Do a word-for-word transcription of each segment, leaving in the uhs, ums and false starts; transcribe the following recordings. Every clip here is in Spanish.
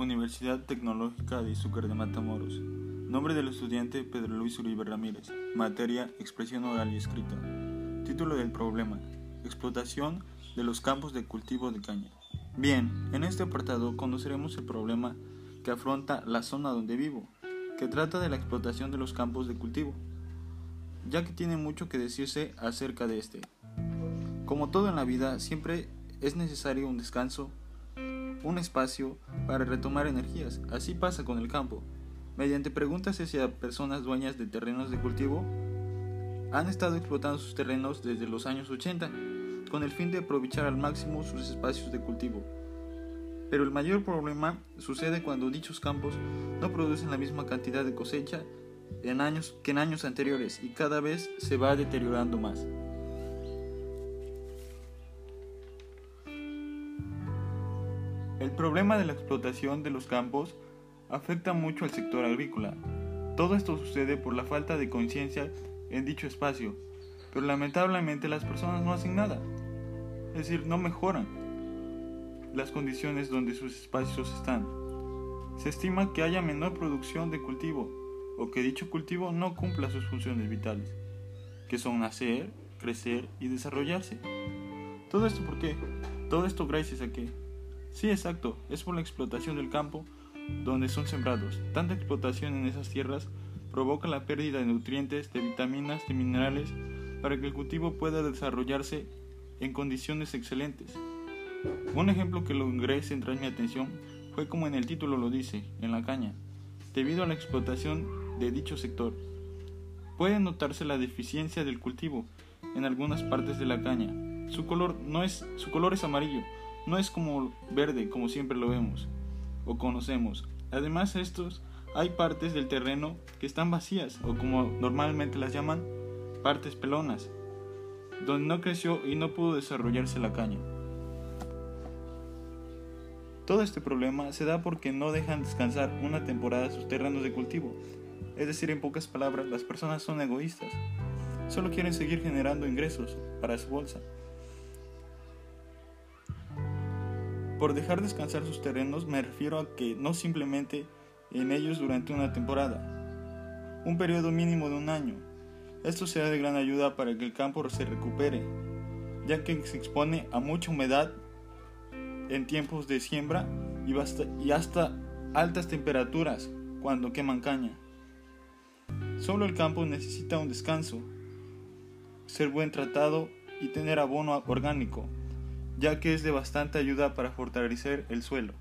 Universidad Tecnológica de Izúcar de Matamoros. Nombre del estudiante: Pedro Luis Uribe Ramírez. Materia: expresión oral y escrita. Título del problema: explotación de los campos de cultivo de caña. Bien, en este apartado conoceremos el problema que afronta la zona donde vivo, que trata de la explotación de los campos de cultivo, ya que tiene mucho que decirse acerca de este. Como todo en la vida, siempre es necesario un descanso, un espacio para retomar energías. Así pasa con el campo. Mediante preguntas hacia personas dueñas de terrenos de cultivo, han estado explotando sus terrenos desde los años ochenta, con el fin de aprovechar al máximo sus espacios de cultivo. Pero el mayor problema sucede cuando dichos campos no producen la misma cantidad de cosecha en años que en años anteriores, y cada vez se va deteriorando más. El problema de la explotación de los campos afecta mucho al sector agrícola. Todo esto sucede por la falta de conciencia en dicho espacio, pero lamentablemente las personas no hacen nada, es decir, no mejoran las condiciones donde sus espacios están. Se estima que haya menor producción de cultivo, o que dicho cultivo no cumpla sus funciones vitales, que son nacer, crecer y desarrollarse. ¿Todo esto por qué? Todo esto gracias a que Sí, exacto, es por la explotación del campo donde son sembrados. Tanta explotación en esas tierras provoca la pérdida de nutrientes, de vitaminas, de minerales, para que el cultivo pueda desarrollarse en condiciones excelentes. Un ejemplo que logré centrar mi atención fue como en el título lo dice, en la caña. Debido a la explotación de dicho sector, puede notarse la deficiencia del cultivo en algunas partes de la caña. Su color, no es, su color es amarillo. No es como verde, como siempre lo vemos o conocemos. Además, estos hay partes del terreno que están vacías, o como normalmente las llaman, partes pelonas, donde no creció y no pudo desarrollarse la caña. Todo este problema se da porque no dejan descansar una temporada sus terrenos de cultivo. Es decir, en pocas palabras, las personas son egoístas. Solo quieren seguir generando ingresos para su bolsa. Por dejar descansar sus terrenos me refiero a que no simplemente en ellos durante una temporada, un periodo mínimo de un año. Esto será de gran ayuda para que el campo se recupere, ya que se expone a mucha humedad en tiempos de siembra y, basta, y hasta altas temperaturas cuando queman caña. Solo el campo necesita un descanso, ser buen tratado y tener abono orgánico, ya que es de bastante ayuda para fortalecer el suelo.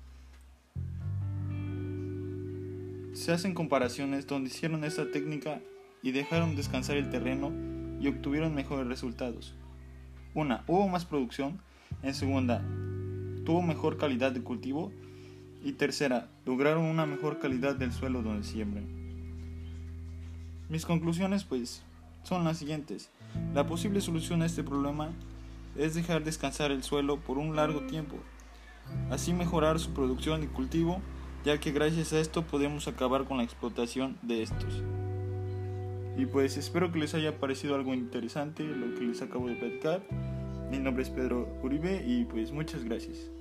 Se hacen comparaciones donde hicieron esta técnica y dejaron descansar el terreno y obtuvieron mejores resultados. Una, hubo más producción. En segunda, tuvo mejor calidad de cultivo. Y tercera, lograron una mejor calidad del suelo donde siembran. Mis conclusiones pues son las siguientes. La posible solución a este problema es dejar descansar el suelo por un largo tiempo, así mejorar su producción y cultivo, ya que gracias a esto podemos acabar con la explotación de estos. Y pues espero que les haya parecido algo interesante lo que les acabo de platicar. Mi nombre es Pedro Uribe y pues muchas gracias.